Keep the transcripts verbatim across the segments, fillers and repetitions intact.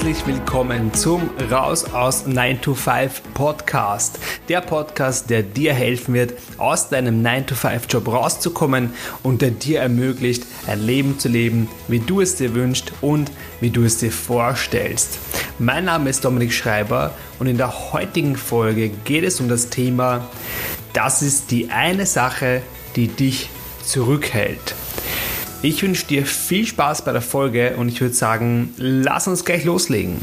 herzlich willkommen zum Raus aus nine to five Podcast. Der Podcast, der dir helfen wird, aus deinem nine to five Job rauszukommen und der dir ermöglicht, ein Leben zu leben, wie du es dir wünschst und wie du es dir vorstellst. Mein Name ist Dominik Schreiber und in der heutigen Folge geht es um das Thema, das ist die eine Sache, die dich zurückhält. Ich wünsche dir viel Spaß bei der Folge und ich würde sagen, lass uns gleich loslegen.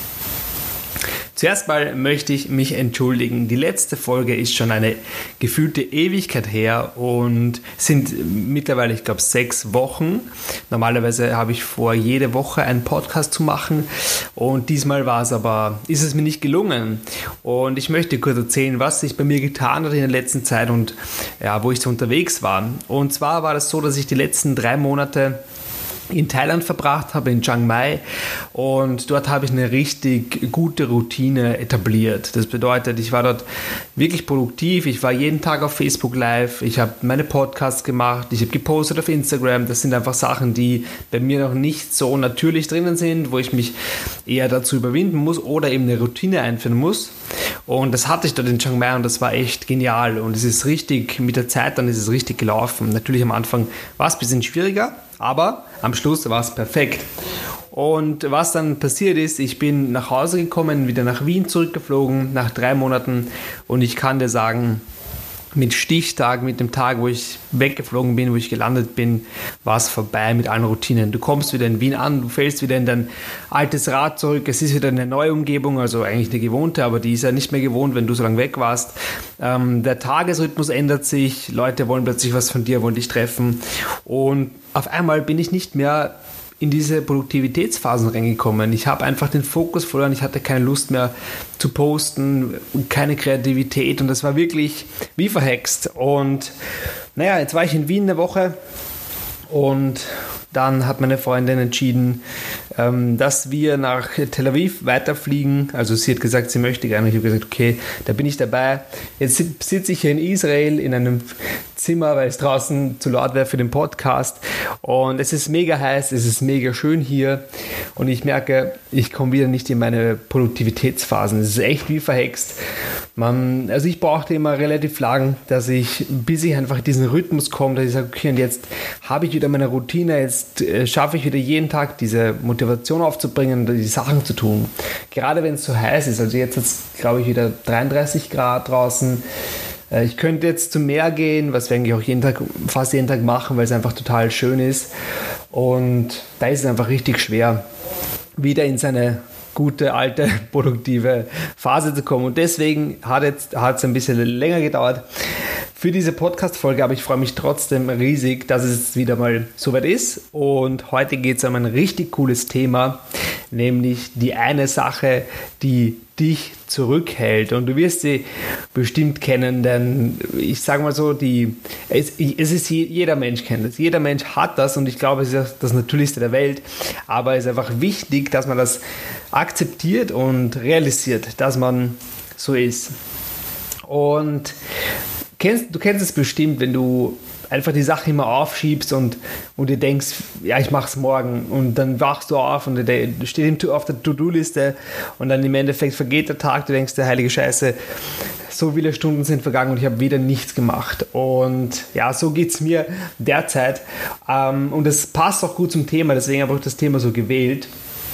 Zuerst mal möchte ich mich entschuldigen. Die letzte Folge ist schon eine gefühlte Ewigkeit her und sind mittlerweile, ich glaube, sechs Wochen. Normalerweise habe ich vor, jede Woche einen Podcast zu machen und diesmal war es aber, ist es mir nicht gelungen. Und ich möchte kurz erzählen, was sich bei mir getan hat in der letzten Zeit und ja, wo ich so unterwegs war. Und zwar war das so, dass ich die letzten drei Monate in Thailand verbracht habe, in Chiang Mai, und dort habe ich eine richtig gute Routine etabliert. Das bedeutet, ich war dort wirklich produktiv, ich war jeden Tag auf Facebook Live, ich habe meine Podcasts gemacht, ich habe gepostet auf Instagram. Das sind einfach Sachen, die bei mir noch nicht so natürlich drinnen sind, wo ich mich eher dazu überwinden muss oder eben eine Routine einführen muss. Und das hatte ich dort in Chiang Mai und das war echt genial und es ist richtig, mit der Zeit dann ist es richtig gelaufen. Natürlich am Anfang war es ein bisschen schwieriger, aber am Schluss war es perfekt. Und was dann passiert ist, ich bin nach Hause gekommen, wieder nach Wien zurückgeflogen, nach drei Monaten, und ich kann dir sagen, mit Stichtag, mit dem Tag, wo ich weggeflogen bin, wo ich gelandet bin, war es vorbei mit allen Routinen. Du kommst wieder in Wien an, du fällst wieder in dein altes Rad zurück, es ist wieder eine neue Umgebung, also eigentlich eine gewohnte, aber die ist ja nicht mehr gewohnt, wenn du so lange weg warst. Ähm, der Tagesrhythmus ändert sich, Leute wollen plötzlich was von dir, wollen dich treffen, und auf einmal bin ich nicht mehr in diese Produktivitätsphasen reingekommen. Ich habe einfach den Fokus verloren, ich hatte keine Lust mehr zu posten, keine Kreativität, und das war wirklich wie verhext. Und naja, jetzt war ich in Wien eine Woche und dann hat meine Freundin entschieden, ähm, dass wir nach Tel Aviv weiterfliegen. Also sie hat gesagt, sie möchte gerne. Ich habe gesagt, okay, da bin ich dabei. Jetzt sitze ich hier in Israel in einem Zimmer, weil es draußen zu laut wäre für den Podcast. Und es ist mega heiß, es ist mega schön hier. Und ich merke, ich komme wieder nicht in meine Produktivitätsphasen. Es ist echt wie verhext. Man, also ich brauchte immer relativ lang, dass ich, bis ich einfach diesen Rhythmus komme, dass ich sage, okay, und jetzt habe ich wieder meine Routine, jetzt äh, schaffe ich wieder jeden Tag diese Motivation aufzubringen, die Sachen zu tun. Gerade wenn es so heiß ist, also jetzt ist es, glaube ich, wieder dreiunddreißig Grad draußen. Äh, ich könnte jetzt zum Meer gehen, was wir eigentlich auch jeden Tag, fast jeden Tag machen, weil es einfach total schön ist. Und da ist es einfach richtig schwer, wieder in seine gute, alte, produktive Phase zu kommen. Und deswegen hat jetzt, hat es ein bisschen länger gedauert für diese Podcast-Folge, aber ich freue mich trotzdem riesig, dass es wieder mal soweit ist. Und heute geht es um ein richtig cooles Thema, nämlich die eine Sache, die dich zurückhält. Und du wirst sie bestimmt kennen, denn ich sage mal so, die, es, es ist, jeder Mensch kennt das. Jeder Mensch hat das, und ich glaube, es ist das Natürlichste der Welt. Aber es ist einfach wichtig, dass man das akzeptiert und realisiert, dass man so ist. Und kennst, du kennst es bestimmt, wenn du einfach die Sache immer aufschiebst und, und dir denkst, ja, ich mach's morgen, und dann wachst du auf und du steht auf der To-Do-Liste und dann im Endeffekt vergeht der Tag, du denkst, der heilige Scheiße, so viele Stunden sind vergangen und ich habe wieder nichts gemacht. Und ja, so geht es mir derzeit, und das passt auch gut zum Thema, deswegen habe ich das Thema so gewählt.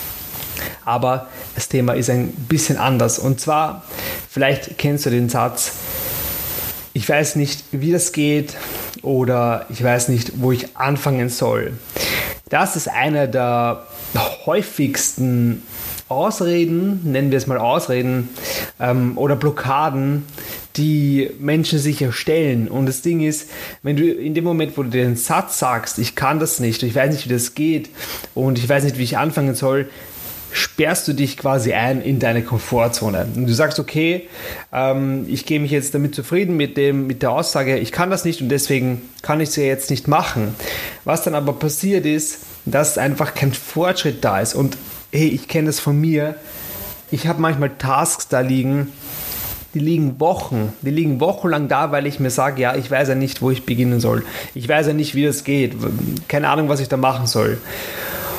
Aber das Thema ist ein bisschen anders, und zwar, vielleicht kennst du den Satz, ich weiß nicht, wie das geht, oder ich weiß nicht, wo ich anfangen soll. Das ist einer der häufigsten Ausreden, nennen wir es mal Ausreden, ähm, oder Blockaden, die Menschen sich erstellen. Und das Ding ist, wenn du in dem Moment, wo du den Satz sagst, ich kann das nicht, ich weiß nicht, wie das geht und ich weiß nicht, wie ich anfangen soll, sperrst du dich quasi ein in deine Komfortzone. Und du sagst, okay, ähm, ich gehe mich jetzt damit zufrieden mit, dem, mit der Aussage, ich kann das nicht und deswegen kann ich es ja jetzt nicht machen. Was dann aber passiert ist, dass einfach kein Fortschritt da ist. Und hey, ich kenne das von mir, ich habe manchmal Tasks da liegen, die liegen Wochen, die liegen wochenlang da, weil ich mir sage, ja, ich weiß ja nicht, wo ich beginnen soll. Ich weiß ja nicht, wie das geht. Keine Ahnung, was ich da machen soll.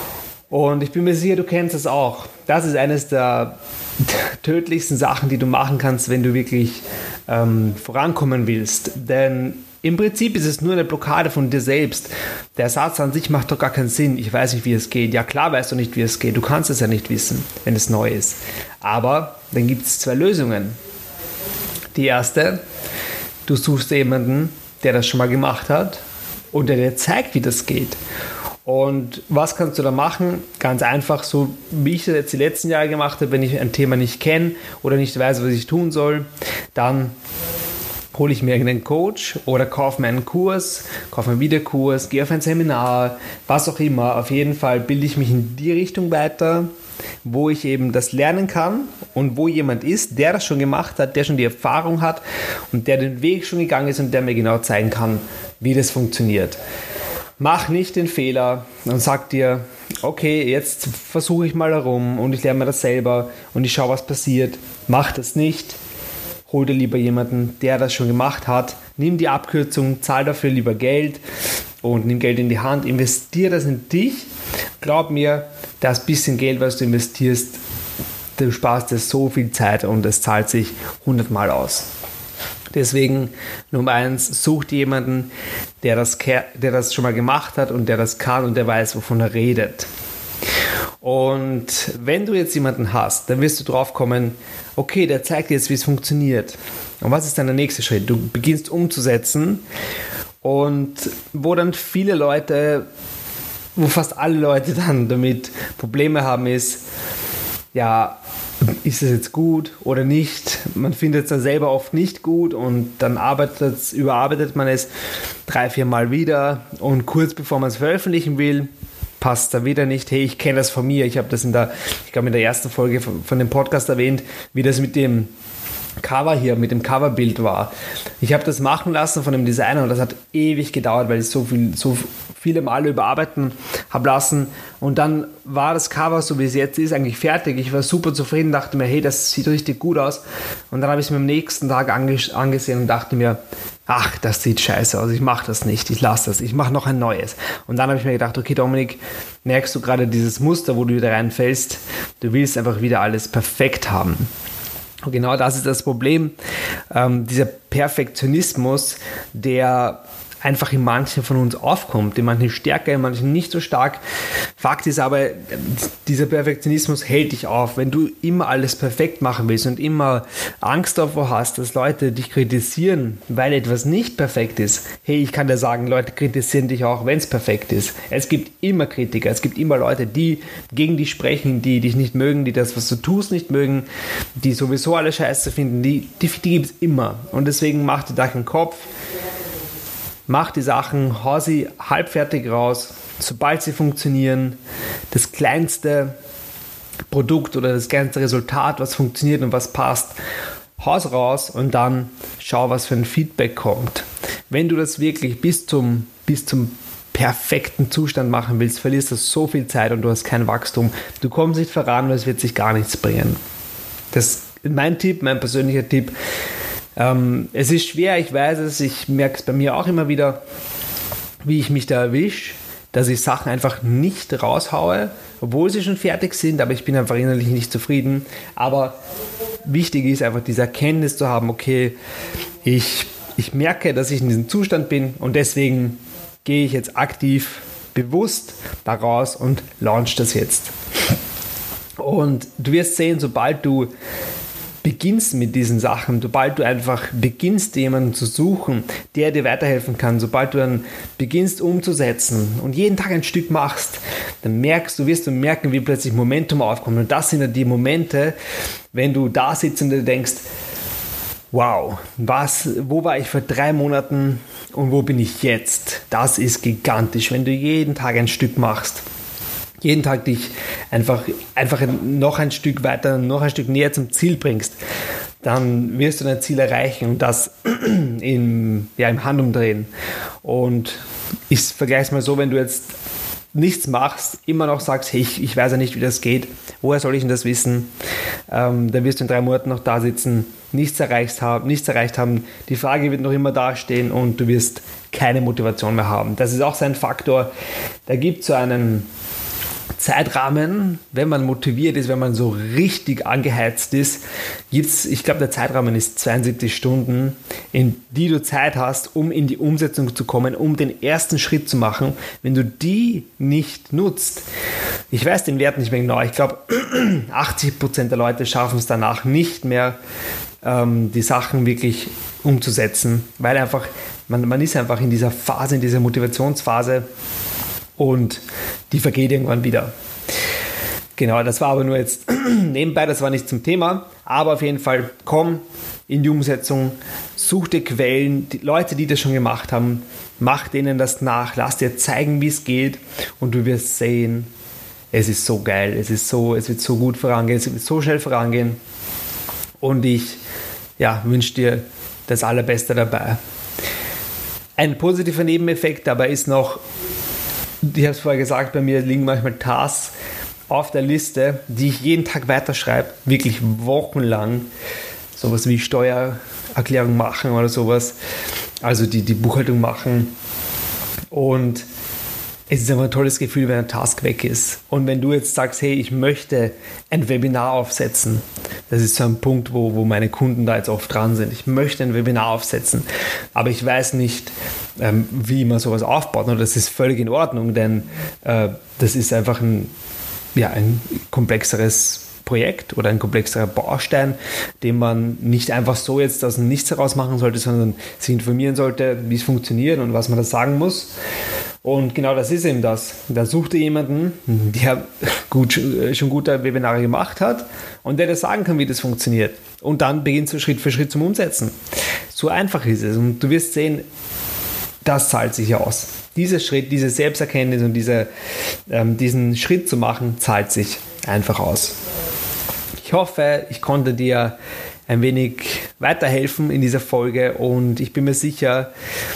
Und ich bin mir sicher, du kennst es auch. Das ist eines der tödlichsten Sachen, die du machen kannst, wenn du wirklich ähm, vorankommen willst. Denn im Prinzip ist es nur eine Blockade von dir selbst. Der Satz an sich macht doch gar keinen Sinn. Ich weiß nicht, wie es geht. Ja, klar weißt du nicht, wie es geht. Du kannst es ja nicht wissen, wenn es neu ist. Aber dann gibt es zwei Lösungen. Die erste, du suchst jemanden, der das schon mal gemacht hat und der dir zeigt, wie das geht. Und was kannst du da machen? Ganz einfach, so wie ich das jetzt die letzten Jahre gemacht habe, wenn ich ein Thema nicht kenne oder nicht weiß, was ich tun soll, dann hole ich mir irgendeinen Coach oder kaufe mir einen Kurs, kaufe mir einen Videokurs, gehe auf ein Seminar, was auch immer. Auf jeden Fall bilde ich mich in die Richtung weiter, wo ich eben das lernen kann und wo jemand ist, der das schon gemacht hat, der schon die Erfahrung hat und der den Weg schon gegangen ist und der mir genau zeigen kann, wie das funktioniert. Mach nicht den Fehler und sag dir, okay, jetzt versuche ich mal herum und ich lerne mir das selber und ich schaue, was passiert. Mach das nicht. Hol dir lieber jemanden, der das schon gemacht hat. Nimm die Abkürzung, zahl dafür lieber Geld und nimm Geld in die Hand. Investiere das in dich. Glaub mir, das bisschen Geld, was du investierst, du sparst dir so viel Zeit und es zahlt sich hundertmal aus. Deswegen Nummer eins, such dir jemanden, der das, der das schon mal gemacht hat und der das kann und der weiß, wovon er redet. Und wenn du jetzt jemanden hast, dann wirst du drauf kommen, okay, der zeigt dir jetzt, wie es funktioniert. Und was ist dann der nächste Schritt? Du beginnst umzusetzen und wo dann viele Leute, wo fast alle Leute dann damit Probleme haben, ist, ja, ist es jetzt gut oder nicht? Man findet es dann selber oft nicht gut und dann arbeitet, überarbeitet man es drei, vier Mal wieder und kurz bevor man es veröffentlichen will, passt da wieder nicht. Hey, ich kenne das von mir. Ich habe das in der, ich glaube in der ersten Folge von, von dem Podcast erwähnt, wie das mit dem Cover hier, mit dem Coverbild war. Ich habe das machen lassen von dem Designer und das hat ewig gedauert, weil ich so viel, so viele Male überarbeiten habe lassen und dann war das Cover, so wie es jetzt ist, eigentlich fertig. Ich war super zufrieden, dachte mir, hey, das sieht richtig gut aus und dann habe ich es mir am nächsten Tag ange- angesehen und dachte mir, ach, das sieht scheiße aus, ich mache das nicht, ich lasse das, ich mache noch ein neues. Und dann habe ich mir gedacht, okay Dominik, merkst du gerade dieses Muster, wo du wieder reinfällst, du willst einfach wieder alles perfekt haben. Und genau das ist das Problem, ähm, dieser Perfektionismus, der einfach in manchen von uns aufkommt, in manchen stärker, in manchen nicht so stark. Fakt ist aber, dieser Perfektionismus hält dich auf. Wenn du immer alles perfekt machen willst und immer Angst davor hast, dass Leute dich kritisieren, weil etwas nicht perfekt ist, hey, ich kann dir sagen, Leute kritisieren dich auch, wenn es perfekt ist. Es gibt immer Kritiker, es gibt immer Leute, die gegen dich sprechen, die dich nicht mögen, die das, was du tust, nicht mögen, die sowieso alle Scheiße finden, die, die, die gibt es immer. Und deswegen mach dir da keinen Kopf. Mach die Sachen, hau sie halbfertig raus, sobald sie funktionieren. Das kleinste Produkt oder das kleinste Resultat, was funktioniert und was passt, hau es raus und dann schau, was für ein Feedback kommt. Wenn du das wirklich bis zum, bis zum perfekten Zustand machen willst, verlierst du so viel Zeit und du hast kein Wachstum. Du kommst nicht voran und es wird sich gar nichts bringen. Das ist mein Tipp, mein persönlicher Tipp. Ähm, es ist schwer, ich weiß es, ich merke es bei mir auch immer wieder, wie ich mich da erwische, dass ich Sachen einfach nicht raushaue, obwohl sie schon fertig sind, aber ich bin einfach innerlich nicht zufrieden. Aber wichtig ist einfach diese Erkenntnis zu haben, okay, ich, ich merke, dass ich in diesem Zustand bin und deswegen gehe ich jetzt aktiv, bewusst da raus und launch das jetzt. Und du wirst sehen, sobald du beginnst mit diesen Sachen, sobald du einfach beginnst, jemanden zu suchen, der dir weiterhelfen kann, sobald du dann beginnst umzusetzen und jeden Tag ein Stück machst, dann merkst du, wirst du merken, wie plötzlich Momentum aufkommt. Und das sind dann die Momente, wenn du da sitzt und dir denkst, wow, was, wo war ich vor drei Monaten und wo bin ich jetzt? Das ist gigantisch, wenn du jeden Tag ein Stück machst. Jeden Tag dich einfach, einfach noch ein Stück weiter, noch ein Stück näher zum Ziel bringst, dann wirst du dein Ziel erreichen und das im, ja, im Handumdrehen. Und ich vergleiche es mal so, wenn du jetzt nichts machst, immer noch sagst, hey, ich, ich weiß ja nicht, wie das geht, woher soll ich denn das wissen? Ähm, dann wirst du in drei Monaten noch da sitzen, nichts erreicht haben, nichts erreicht haben, die Frage wird noch immer dastehen und du wirst keine Motivation mehr haben. Das ist auch so ein Faktor, da gibt es so einen Zeitrahmen, wenn man motiviert ist, wenn man so richtig angeheizt ist, gibt's, ich glaube, der Zeitrahmen ist zweiundsiebzig Stunden, in die du Zeit hast, um in die Umsetzung zu kommen, um den ersten Schritt zu machen. Wenn du die nicht nutzt, ich weiß den Wert nicht mehr genau, ich glaube, achtzig Prozent der Leute schaffen es danach nicht mehr, ähm, die Sachen wirklich umzusetzen, weil einfach, man, man ist einfach in dieser Phase, in dieser Motivationsphase, und die vergeht irgendwann wieder. Genau, das war aber nur jetzt nebenbei, das war nicht zum Thema, aber auf jeden Fall komm in die Umsetzung, such dir Quellen, die Leute, die das schon gemacht haben, mach denen das nach, lass dir zeigen, wie es geht, und du wirst sehen, es ist so geil, es ist so, es wird so gut vorangehen, es wird so schnell vorangehen, und ich ja, wünsche dir das Allerbeste dabei. Ein positiver Nebeneffekt dabei ist noch, ich habe es vorher gesagt, bei mir liegen manchmal Tasks auf der Liste, die ich jeden Tag weiterschreibe, wirklich wochenlang, sowas wie Steuererklärung machen oder sowas, also die, die Buchhaltung machen, und es ist einfach ein tolles Gefühl, wenn ein Task weg ist. Und wenn du jetzt sagst, hey, ich möchte ein Webinar aufsetzen, das ist so ein Punkt, wo, wo meine Kunden da jetzt oft dran sind. Ich möchte ein Webinar aufsetzen, aber ich weiß nicht, ähm, wie man sowas aufbaut. Und das ist völlig in Ordnung, denn äh, das ist einfach ein, ja, ein komplexeres Projekt oder ein komplexerer Baustein, den man nicht einfach so jetzt aus dem Nichts heraus machen sollte, sondern sich informieren sollte, wie es funktioniert und was man da sagen muss. Und genau das ist eben das. Da sucht ihr jemanden, der gut, schon gute Webinare gemacht hat und der das sagen kann, wie das funktioniert. Und dann beginnst du Schritt für Schritt zum Umsetzen. So einfach ist es. Und du wirst sehen, das zahlt sich aus. Dieser Schritt, diese Selbsterkenntnis und diese, ähm, diesen Schritt zu machen, zahlt sich einfach aus. Ich hoffe, ich konnte dir ein wenig weiterhelfen in dieser Folge, und ich bin mir sicher,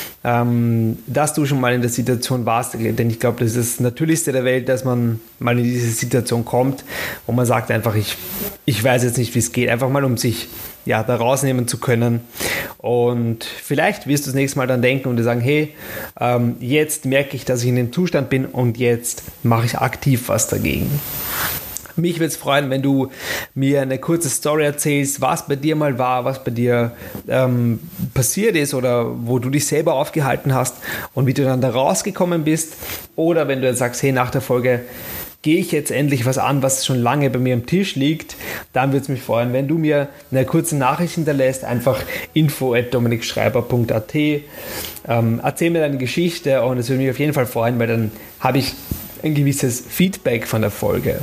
ähm, dass du schon mal in der Situation warst, denn ich glaube, das ist das Natürlichste der Welt, dass man mal in diese Situation kommt, wo man sagt einfach, ich, ich weiß jetzt nicht, wie es geht, einfach mal um sich ja, da rausnehmen zu können. Und vielleicht wirst du das nächste Mal dann denken und dir sagen, hey, ähm, jetzt merke ich, dass ich in dem Zustand bin, und jetzt mache ich aktiv was dagegen. Mich würde es freuen, wenn du mir eine kurze Story erzählst, was bei dir mal war, was bei dir ähm, passiert ist oder wo du dich selber aufgehalten hast und wie du dann da rausgekommen bist. Oder wenn du jetzt sagst, hey, nach der Folge gehe ich jetzt endlich was an, was schon lange bei mir am Tisch liegt, dann würde es mich freuen, wenn du mir eine kurze Nachricht hinterlässt, einfach info at dominikschreiber punkt a t. Ähm, erzähl mir deine Geschichte, und es würde mich auf jeden Fall freuen, weil dann habe ich ein gewisses Feedback von der Folge.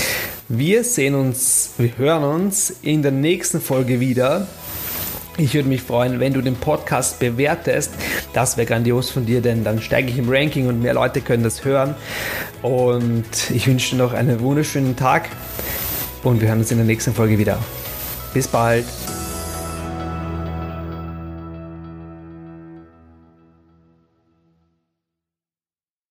Wir sehen uns, wir hören uns in der nächsten Folge wieder. Ich würde mich freuen, wenn du den Podcast bewertest. Das wäre grandios von dir, denn dann steige ich im Ranking und mehr Leute können das hören. Und ich wünsche dir noch einen wunderschönen Tag, und wir hören uns in der nächsten Folge wieder. Bis bald.